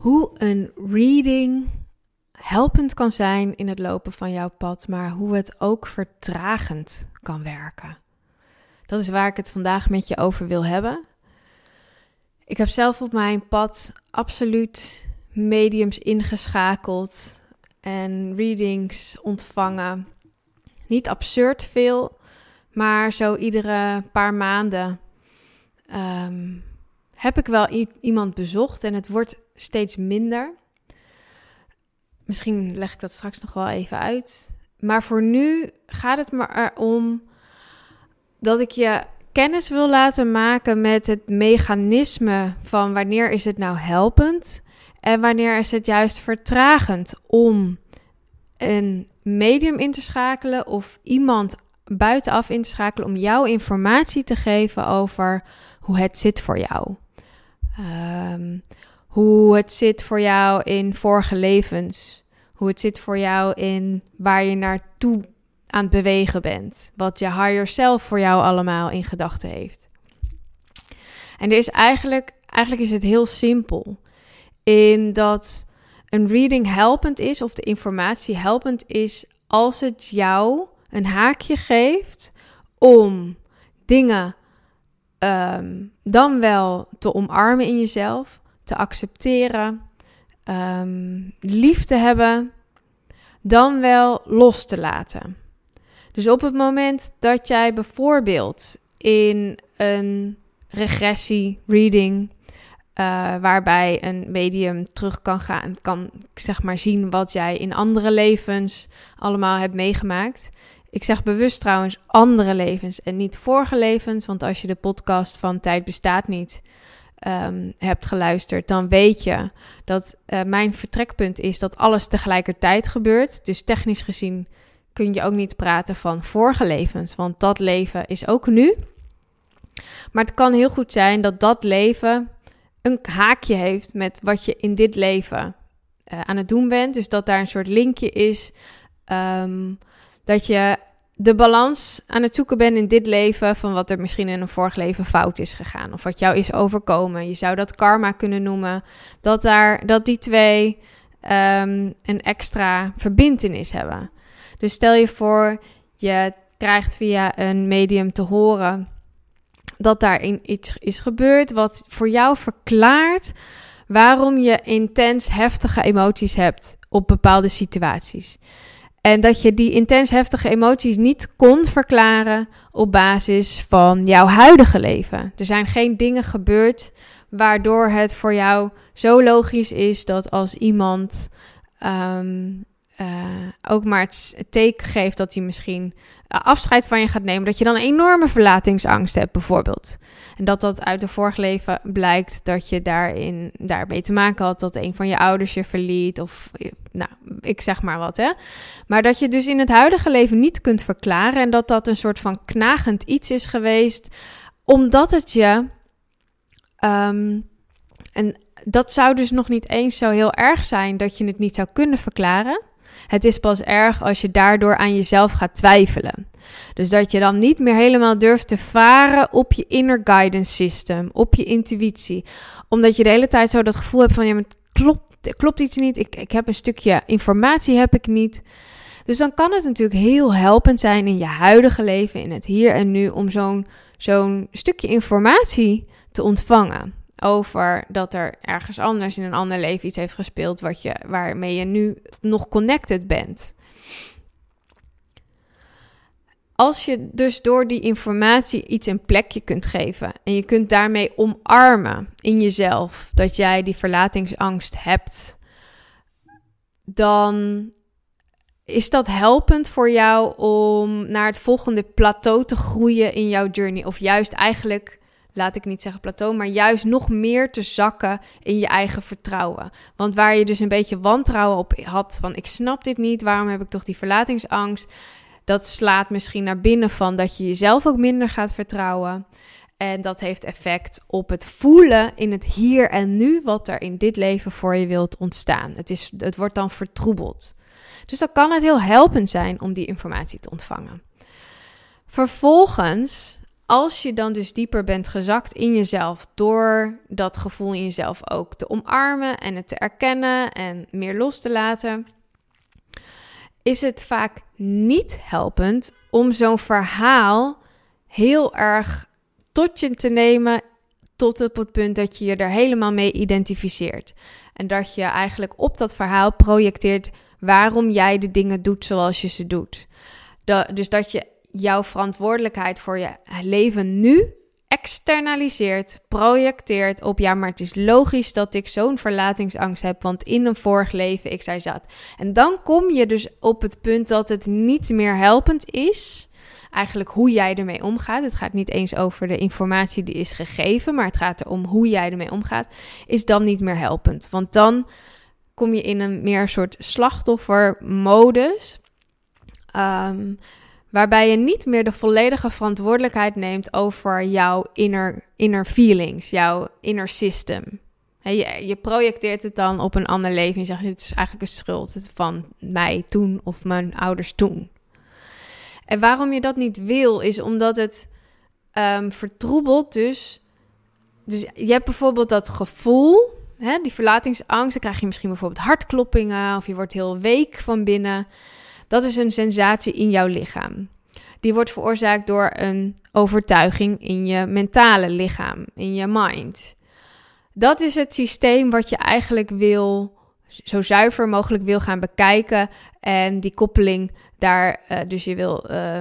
hoe een reading helpend kan zijn in het lopen van jouw pad, maar hoe het ook vertragend kan werken. Dat is waar ik het vandaag met je over wil hebben. Ik heb zelf op mijn pad absoluut mediums ingeschakeld en readings ontvangen. Niet absurd veel, maar zo iedere paar maanden heb ik wel iemand bezocht en het wordt steeds minder. Misschien leg ik dat straks nog wel even uit. Maar voor nu gaat het me erom dat ik je kennis wil laten maken met het mechanisme van wanneer is het nou helpend en wanneer is het juist vertragend om een medium in te schakelen of iemand buitenaf in te schakelen om jou informatie te geven over hoe het zit voor jou. Hoe het zit voor jou in vorige levens. Hoe het zit voor jou in waar je naartoe aan het bewegen bent. Wat je higher self voor jou allemaal in gedachten heeft. En er is eigenlijk is het heel simpel. In dat een reading helpend is of de informatie helpend is als het jou een haakje geeft om dingen dan wel te omarmen in jezelf, te accepteren, lief te hebben, dan wel los te laten. Dus op het moment dat jij bijvoorbeeld in een regressie-reading, waarbij een medium terug kan gaan, kan zeg maar zien wat jij in andere levens allemaal hebt meegemaakt. Ik zeg bewust trouwens andere levens en niet vorige levens, want als je de podcast van Tijd Bestaat Niet hebt geluisterd, dan weet je dat mijn vertrekpunt is dat alles tegelijkertijd gebeurt. Dus technisch gezien kun je ook niet praten van vorige levens, want dat leven is ook nu. Maar het kan heel goed zijn dat dat leven een haakje heeft met wat je in dit leven aan het doen bent. Dus dat daar een soort linkje is, dat je de balans aan het zoeken bent in dit leven van wat er misschien in een vorig leven fout is gegaan. Of wat jou is overkomen. Je zou dat karma kunnen noemen. Dat die twee een extra verbintenis hebben. Dus stel je voor, je krijgt via een medium te horen dat daarin iets is gebeurd wat voor jou verklaart waarom je intens heftige emoties hebt op bepaalde situaties. En dat je die intens heftige emoties niet kon verklaren op basis van jouw huidige leven. Er zijn geen dingen gebeurd waardoor het voor jou zo logisch is dat als iemand ook maar het teken geeft dat hij misschien afscheid van je gaat nemen, dat je dan een enorme verlatingsangst hebt bijvoorbeeld. En dat uit de vorig leven blijkt dat je daarmee te maken had dat een van je ouders je verliet of nou, ik zeg maar wat hè. Maar dat je dus in het huidige leven niet kunt verklaren en dat een soort van knagend iets is geweest, omdat het je en dat zou dus nog niet eens zo heel erg zijn dat je het niet zou kunnen verklaren. Het is pas erg als je daardoor aan jezelf gaat twijfelen. Dus dat je dan niet meer helemaal durft te varen op je inner guidance system, op je intuïtie. Omdat je de hele tijd zo dat gevoel hebt van, ja, maar het klopt iets niet. Ik heb een stukje informatie, heb ik niet. Dus dan kan het natuurlijk heel helpend zijn in je huidige leven, in het hier en nu, om zo'n stukje informatie te ontvangen. Over dat er ergens anders in een ander leven iets heeft gespeeld waarmee je nu nog connected bent. Als je dus door die informatie iets een plekje kunt geven en je kunt daarmee omarmen in jezelf dat jij die verlatingsangst hebt, dan is dat helpend voor jou om naar het volgende plateau te groeien in jouw journey. Of juist eigenlijk, laat ik niet zeggen plateau, maar juist nog meer te zakken in je eigen vertrouwen. Want waar je dus een beetje wantrouwen op had, van ik snap dit niet, waarom heb ik toch die verlatingsangst? Dat slaat misschien naar binnen van dat je jezelf ook minder gaat vertrouwen. En dat heeft effect op het voelen in het hier en nu, wat er in dit leven voor je wilt ontstaan. Het wordt dan vertroebeld. Dus dan kan het heel helpend zijn om die informatie te ontvangen. Vervolgens, als je dan dus dieper bent gezakt in jezelf, door dat gevoel in jezelf ook te omarmen en het te erkennen en meer los te laten, is het vaak niet helpend om zo'n verhaal heel erg tot je te nemen, tot op het punt dat je je er helemaal mee identificeert. En dat je eigenlijk op dat verhaal projecteert waarom jij de dingen doet zoals je ze doet. Dus dat je jouw verantwoordelijkheid voor je leven nu externaliseert, projecteert op, ja, maar het is logisch dat ik zo'n verlatingsangst heb, want in een vorig leven ik zei zat. En dan kom je dus op het punt dat het niet meer helpend is, eigenlijk hoe jij ermee omgaat. Het gaat niet eens over de informatie die is gegeven, maar het gaat erom hoe jij ermee omgaat, is dan niet meer helpend. Want dan kom je in een meer soort slachtoffermodus, waarbij je niet meer de volledige verantwoordelijkheid neemt over jouw inner feelings, jouw inner system. Je projecteert het dan op een ander leven en je zegt, het is eigenlijk een schuld van mij toen of mijn ouders toen. En waarom je dat niet wil, is omdat het vertroebelt dus je hebt bijvoorbeeld dat gevoel, die verlatingsangst, dan krijg je misschien bijvoorbeeld hartkloppingen of je wordt heel week van binnen. Dat is een sensatie in jouw lichaam. Die wordt veroorzaakt door een overtuiging in je mentale lichaam, in je mind. Dat is het systeem wat je eigenlijk zo zuiver mogelijk wil gaan bekijken. En die koppeling daar, dus je wil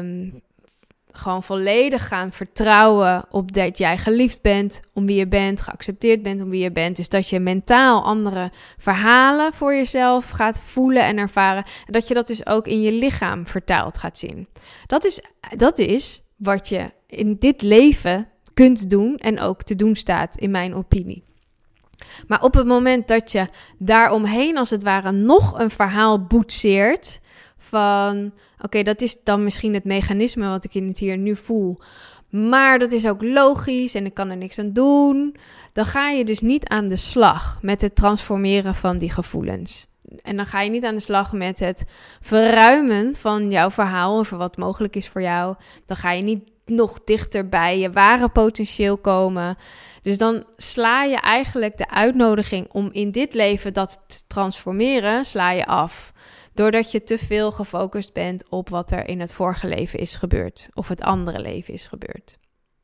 gewoon volledig gaan vertrouwen op dat jij geliefd bent, om wie je bent, geaccepteerd bent om wie je bent. Dus dat je mentaal andere verhalen voor jezelf gaat voelen en ervaren. En dat je dat dus ook in je lichaam vertaald gaat zien. Dat is wat je in dit leven kunt doen en ook te doen staat, in mijn opinie. Maar op het moment dat je daaromheen als het ware nog een verhaal boetseert van, oké, dat is dan misschien het mechanisme wat ik in het hier nu voel, maar dat is ook logisch en ik kan er niks aan doen, dan ga je dus niet aan de slag met het transformeren van die gevoelens. En dan ga je niet aan de slag met het verruimen van jouw verhaal over wat mogelijk is voor jou. Dan ga je niet nog dichter bij je ware potentieel komen. Dus dan sla je eigenlijk de uitnodiging om in dit leven dat te transformeren, sla je af. Doordat je te veel gefocust bent op wat er in het vorige leven is gebeurd. Of het andere leven is gebeurd.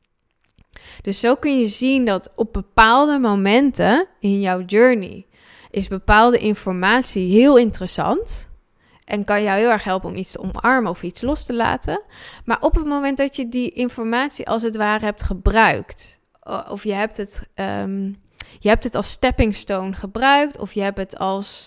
Dus zo kun je zien dat op bepaalde momenten in jouw journey is bepaalde informatie heel interessant. En kan jou heel erg helpen om iets te omarmen of iets los te laten. Maar op het moment dat je die informatie als het ware hebt gebruikt, of je hebt het als stepping stone gebruikt, of je hebt het als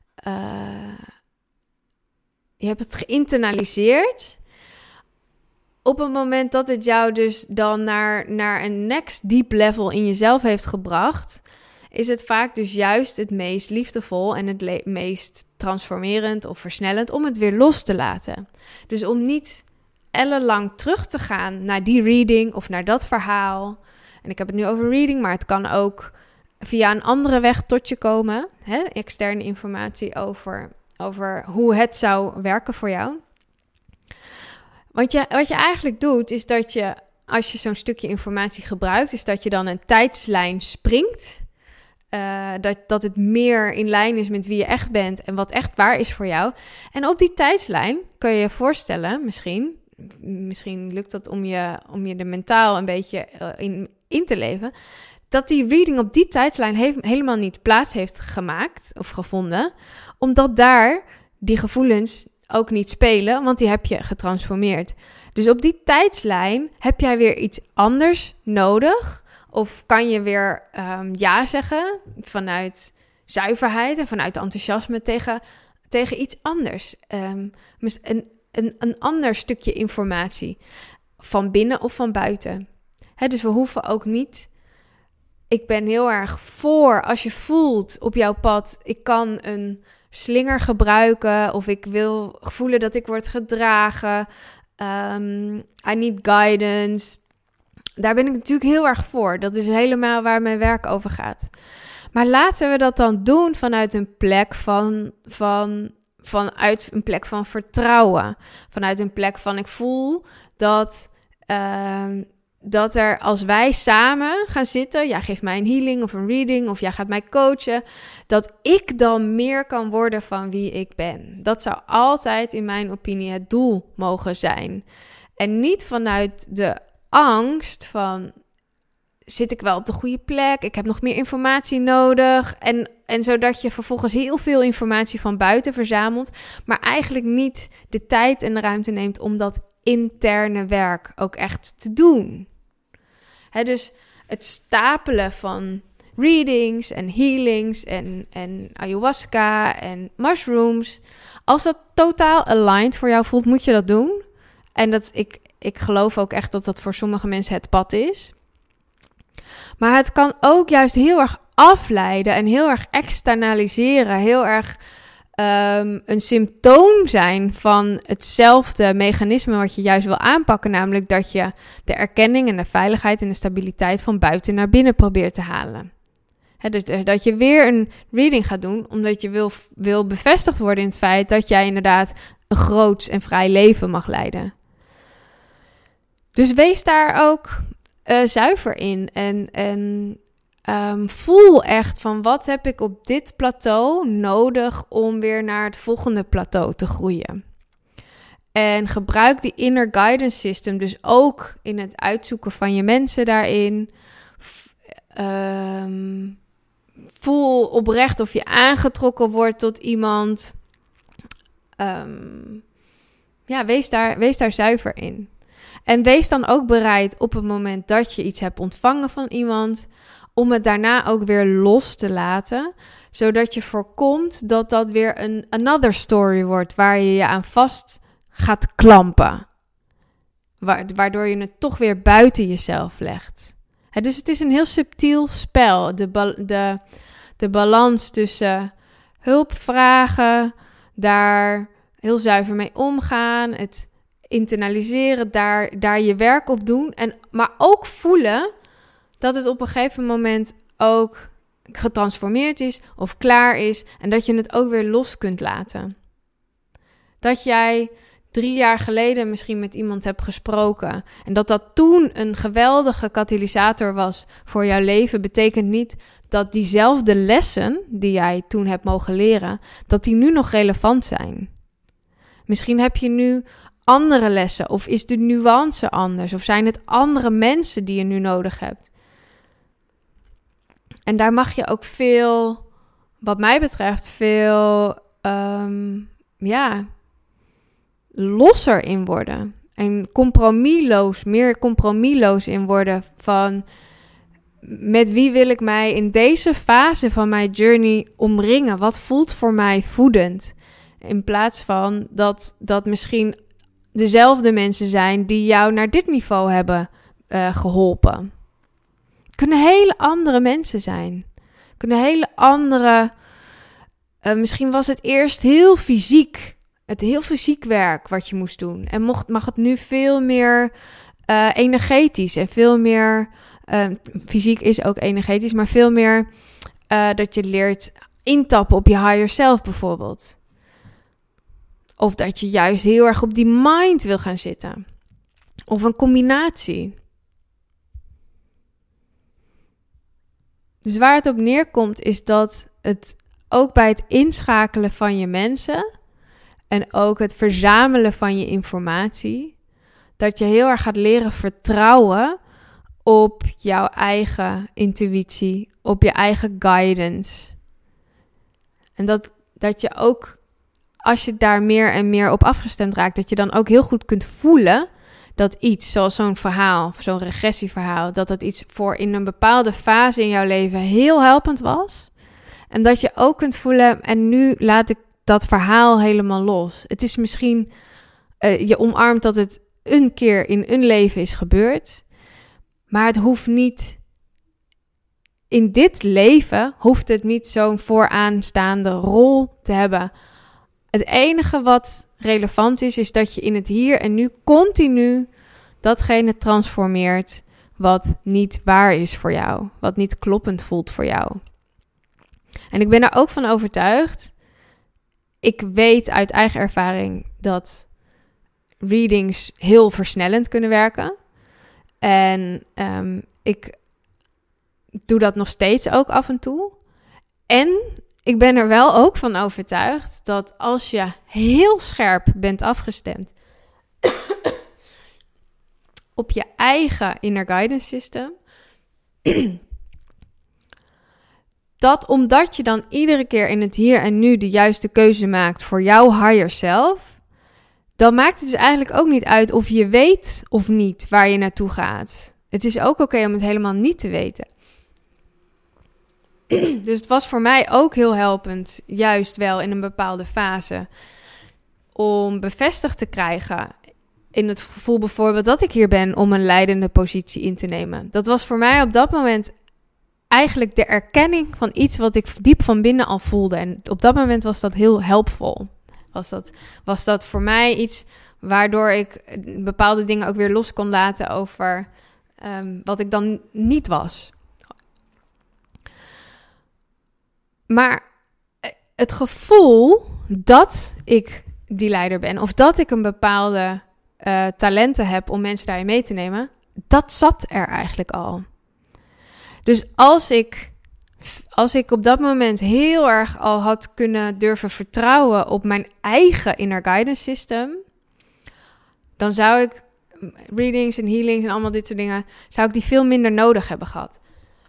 je hebt het geïnternaliseerd. Op het moment dat het jou dus dan naar een next deep level in jezelf heeft gebracht, is het vaak dus juist het meest liefdevol en het meest transformerend of versnellend om het weer los te laten. Dus om niet ellenlang terug te gaan naar die reading of naar dat verhaal. En ik heb het nu over reading, maar het kan ook via een andere weg tot je komen. Externe informatie over hoe het zou werken voor jou. Wat je eigenlijk doet, is dat je, als je zo'n stukje informatie gebruikt, is dat je dan een tijdslijn springt. Dat het meer in lijn is met wie je echt bent en wat echt waar is voor jou. En op die tijdslijn kan je je voorstellen, misschien lukt dat om je er mentaal een beetje in te leven, dat die reading op die tijdslijn helemaal niet plaats heeft gemaakt of gevonden, omdat daar die gevoelens ook niet spelen, want die heb je getransformeerd. Dus op die tijdslijn heb jij weer iets anders nodig, of kan je weer ja zeggen vanuit zuiverheid en vanuit enthousiasme tegen iets anders. Een ander stukje informatie, van binnen of van buiten. Dus we hoeven ook niet. Ik ben heel erg voor, als je voelt op jouw pad, ik kan een slinger gebruiken, of ik wil voelen dat ik word gedragen. I need guidance. Daar ben ik natuurlijk heel erg voor. Dat is helemaal waar mijn werk over gaat. Maar laten we dat dan doen vanuit een plek vanuit een plek van vertrouwen. Vanuit een plek van ik voel dat dat er, als wij samen gaan zitten, jij geeft mij een healing of een reading of jij gaat mij coachen, dat ik dan meer kan worden van wie ik ben. Dat zou altijd in mijn opinie het doel mogen zijn. En niet vanuit de angst van, zit ik wel op de goede plek? Ik heb nog meer informatie nodig. En zodat je vervolgens heel veel informatie van buiten verzamelt, maar eigenlijk niet de tijd en de ruimte neemt om dat interne werk ook echt te doen. Dus het stapelen van readings en healings en ayahuasca en mushrooms, als dat totaal aligned voor jou voelt, moet je dat doen. En ik geloof ook echt dat dat voor sommige mensen het pad is. Maar het kan ook juist heel erg afleiden en heel erg externaliseren, heel erg een symptoom zijn van hetzelfde mechanisme wat je juist wil aanpakken. Namelijk dat je de erkenning en de veiligheid en de stabiliteit van buiten naar binnen probeert te halen. Dus dat je weer een reading gaat doen, omdat je wil bevestigd worden in het feit dat jij inderdaad een groots en vrij leven mag leiden. Dus wees daar ook zuiver in en voel echt van, wat heb ik op dit plateau nodig om weer naar het volgende plateau te groeien. En gebruik die inner guidance system dus ook in het uitzoeken van je mensen daarin. Voel oprecht of je aangetrokken wordt tot iemand. Wees daar zuiver in. En wees dan ook bereid op het moment dat je iets hebt ontvangen van iemand, om het daarna ook weer los te laten, zodat je voorkomt dat dat weer een another story wordt, waar je je aan vast gaat klampen. Waardoor je het toch weer buiten jezelf legt. Dus het is een heel subtiel spel. De balans tussen hulp vragen, daar heel zuiver mee omgaan, het internaliseren, daar je werk op doen. Maar ook voelen dat het op een gegeven moment ook getransformeerd is of klaar is. En dat je het ook weer los kunt laten. Dat jij 3 jaar geleden misschien met iemand hebt gesproken. En dat toen een geweldige katalysator was voor jouw leven, betekent niet dat diezelfde lessen die jij toen hebt mogen leren, dat die nu nog relevant zijn. Misschien heb je nu andere lessen, of is de nuance anders, of zijn het andere mensen die je nu nodig hebt. En daar mag je ook veel, wat mij betreft, veel losser in worden. En meer compromisloos in worden van, met wie wil ik mij in deze fase van mijn journey omringen? Wat voelt voor mij voedend? In plaats van dat misschien dezelfde mensen zijn die jou naar dit niveau hebben geholpen. Het kunnen hele andere mensen zijn. Het kunnen hele andere. Misschien was het eerst heel fysiek. Het heel fysiek werk wat je moest doen. En mag het nu veel meer energetisch. En veel meer. Fysiek is ook energetisch. Maar veel meer dat je leert intappen op je higher self bijvoorbeeld. Of dat je juist heel erg op die mind wil gaan zitten. Of een combinatie. Dus waar het op neerkomt is dat het ook bij het inschakelen van je mensen en ook het verzamelen van je informatie, dat je heel erg gaat leren vertrouwen op jouw eigen intuïtie, op je eigen guidance. En dat je ook, als je daar meer en meer op afgestemd raakt, dat je dan ook heel goed kunt voelen dat iets, zoals zo'n verhaal, zo'n regressieverhaal, dat iets voor in een bepaalde fase in jouw leven heel helpend was. En dat je ook kunt voelen, en nu laat ik dat verhaal helemaal los. Het is misschien, je omarmt dat het een keer in een leven is gebeurd, maar het hoeft niet, in dit leven hoeft het niet zo'n vooraanstaande rol te hebben. Het enige wat relevant is dat je in het hier en nu continu datgene transformeert wat niet waar is voor jou, wat niet kloppend voelt voor jou. En ik ben er ook van overtuigd. Ik weet uit eigen ervaring dat readings heel versnellend kunnen werken. En ik doe dat nog steeds ook af en toe. En ik ben er wel ook van overtuigd dat als je heel scherp bent afgestemd op je eigen inner guidance system, dat omdat je dan iedere keer in het hier en nu de juiste keuze maakt voor jouw higher self, dan maakt het dus eigenlijk ook niet uit of je weet of niet waar je naartoe gaat. Het is ook oké om het helemaal niet te weten. Dus het was voor mij ook heel helpend, juist wel in een bepaalde fase, om bevestigd te krijgen in het gevoel bijvoorbeeld dat ik hier ben om een leidende positie in te nemen. Dat was voor mij op dat moment eigenlijk de erkenning van iets wat ik diep van binnen al voelde. En op dat moment was dat heel helpvol. Was dat voor mij iets waardoor ik bepaalde dingen ook weer los kon laten over wat ik dan niet was. Maar het gevoel dat ik die leider ben, of dat ik een bepaalde talenten heb om mensen daarin mee te nemen, dat zat er eigenlijk al. Dus als ik op dat moment heel erg al had kunnen durven vertrouwen op mijn eigen inner guidance system, dan zou ik readings en healings en allemaal dit soort dingen, zou ik die veel minder nodig hebben gehad.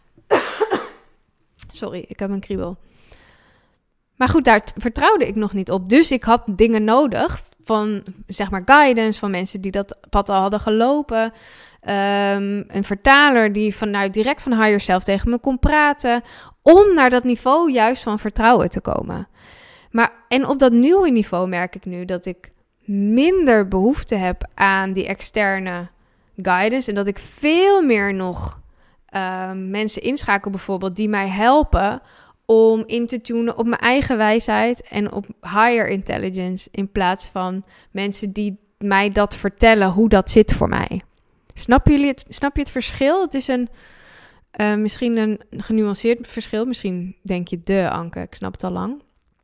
Sorry, ik heb een kriebel. Maar goed, daar vertrouwde ik nog niet op. Dus ik had dingen nodig van, zeg maar, guidance, van mensen die dat pad al hadden gelopen. Een vertaler die direct van higher self tegen me kon praten, om naar dat niveau juist van vertrouwen te komen. En op dat nieuwe niveau merk ik nu dat ik minder behoefte heb aan die externe guidance en dat ik veel meer nog mensen inschakel bijvoorbeeld die mij helpen om in te tunen op mijn eigen wijsheid en op higher intelligence, in plaats van mensen die mij dat vertellen hoe dat zit voor mij. Snap je het verschil? Het is misschien een genuanceerd verschil. Misschien denk je, Anke, ik snap het al lang.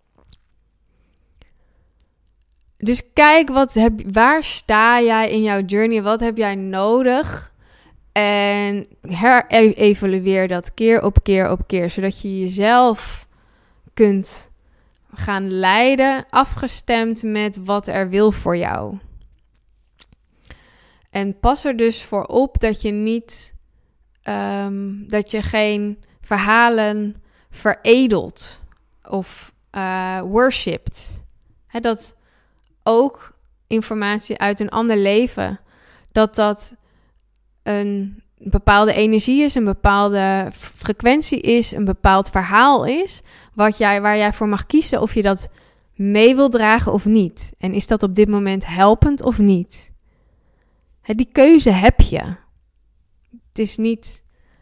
Dus kijk, waar sta jij in jouw journey? Wat heb jij nodig? En herevalueer dat keer op keer op keer, zodat je jezelf kunt gaan leiden, afgestemd met wat er wil voor jou. En pas er dus voor op dat je niet, dat je geen verhalen veredelt of worshipt. Dat ook informatie uit een ander leven, dat een bepaalde energie is, een bepaalde frequentie is, een bepaald verhaal is, waar jij voor mag kiezen of je dat mee wil dragen of niet. En is dat op dit moment helpend of niet? Die keuze heb je. Het is niet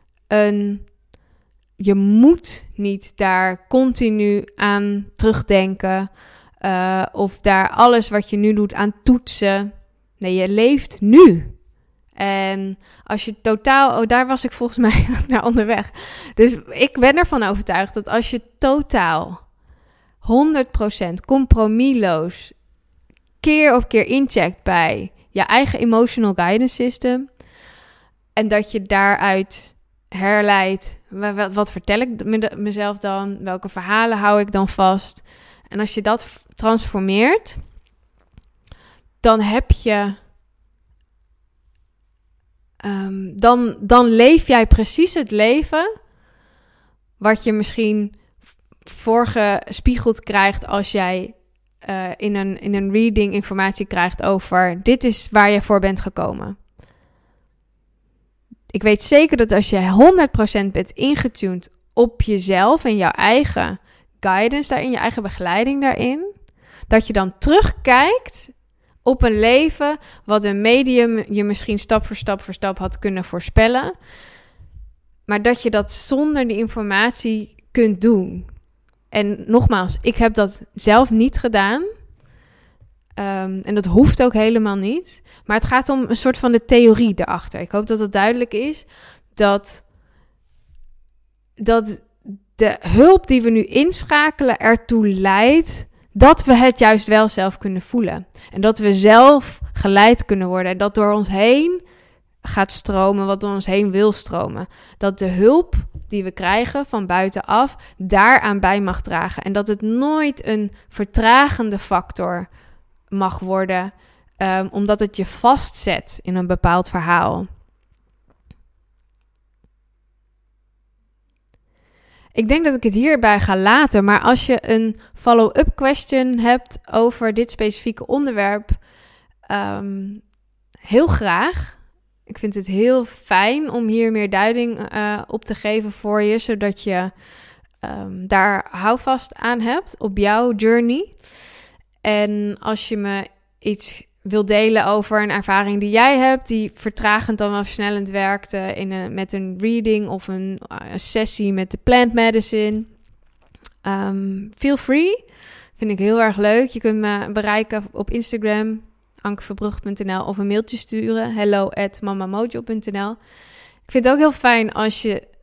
je moet niet daar continu aan terugdenken of daar alles wat je nu doet aan toetsen. Nee, je leeft nu. En als je totaal, daar was ik volgens mij naar onderweg. Dus ik ben ervan overtuigd dat als je totaal 100% compromisloos keer op keer incheckt bij je eigen emotional guidance system, en dat je daaruit herleidt, wat vertel ik mezelf dan? Welke verhalen hou ik dan vast? En als je dat transformeert, dan heb je dan leef jij precies het leven wat je misschien voorgespiegeld krijgt als jij in een reading informatie krijgt over dit is waar je voor bent gekomen. Ik weet zeker dat als je 100% bent ingetuned op jezelf en jouw eigen guidance daarin, je eigen begeleiding daarin, dat je dan terugkijkt op een leven wat een medium je misschien stap voor stap had kunnen voorspellen. Maar dat je dat zonder die informatie kunt doen. En nogmaals, ik heb dat zelf niet gedaan. En dat hoeft ook helemaal niet. Maar het gaat om een soort van de theorie erachter. Ik hoop dat het duidelijk is dat de hulp die we nu inschakelen ertoe leidt dat we het juist wel zelf kunnen voelen. En dat we zelf geleid kunnen worden. En dat door ons heen gaat stromen wat door ons heen wil stromen. Dat de hulp die we krijgen van buitenaf daaraan bij mag dragen. En dat het nooit een vertragende factor mag worden, omdat het je vastzet in een bepaald verhaal. Ik denk dat ik het hierbij ga laten, maar als je een follow-up question hebt over dit specifieke onderwerp, heel graag. Ik vind het heel fijn om hier meer duiding op te geven voor je, zodat je daar houvast aan hebt op jouw journey. En als je me iets wil delen over een ervaring die jij hebt, die vertragend dan wel versnellend werkte met een reading of een sessie met de plant medicine, feel free. Vind ik heel erg leuk. Je kunt me bereiken op Instagram, ankeverbrugge.nl, of een mailtje sturen, hello@mamamojo.nl. Ik vind het ook heel fijn als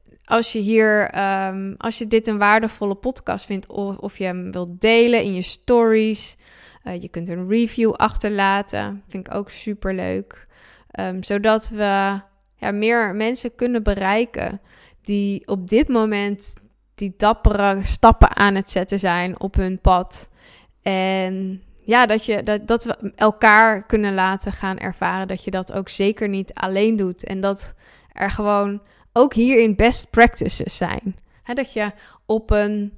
je dit een waardevolle podcast vindt, of je hem wilt delen in je stories. Je kunt een review achterlaten. Vind ik ook super leuk. Zodat we meer mensen kunnen bereiken die op dit moment die dappere stappen aan het zetten zijn op hun pad. En dat we elkaar kunnen laten gaan ervaren dat je dat ook zeker niet alleen doet. En dat er gewoon ook hierin best practices zijn. Dat je op een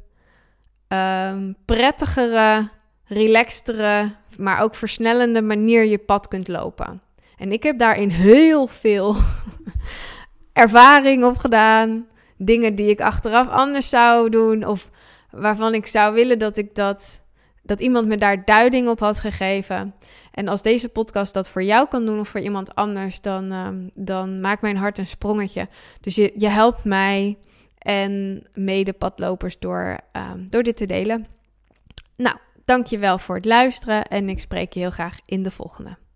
prettigere, relaxtere, maar ook versnellende manier je pad kunt lopen. En ik heb daarin heel veel ervaring op gedaan. Dingen die ik achteraf anders zou doen, of waarvan ik zou willen dat iemand me daar duiding op had gegeven. En als deze podcast dat voor jou kan doen of voor iemand anders, dan maakt mijn hart een sprongetje. Dus je helpt mij en medepadlopers door dit te delen. Nou, dank je wel voor het luisteren en ik spreek je heel graag in de volgende.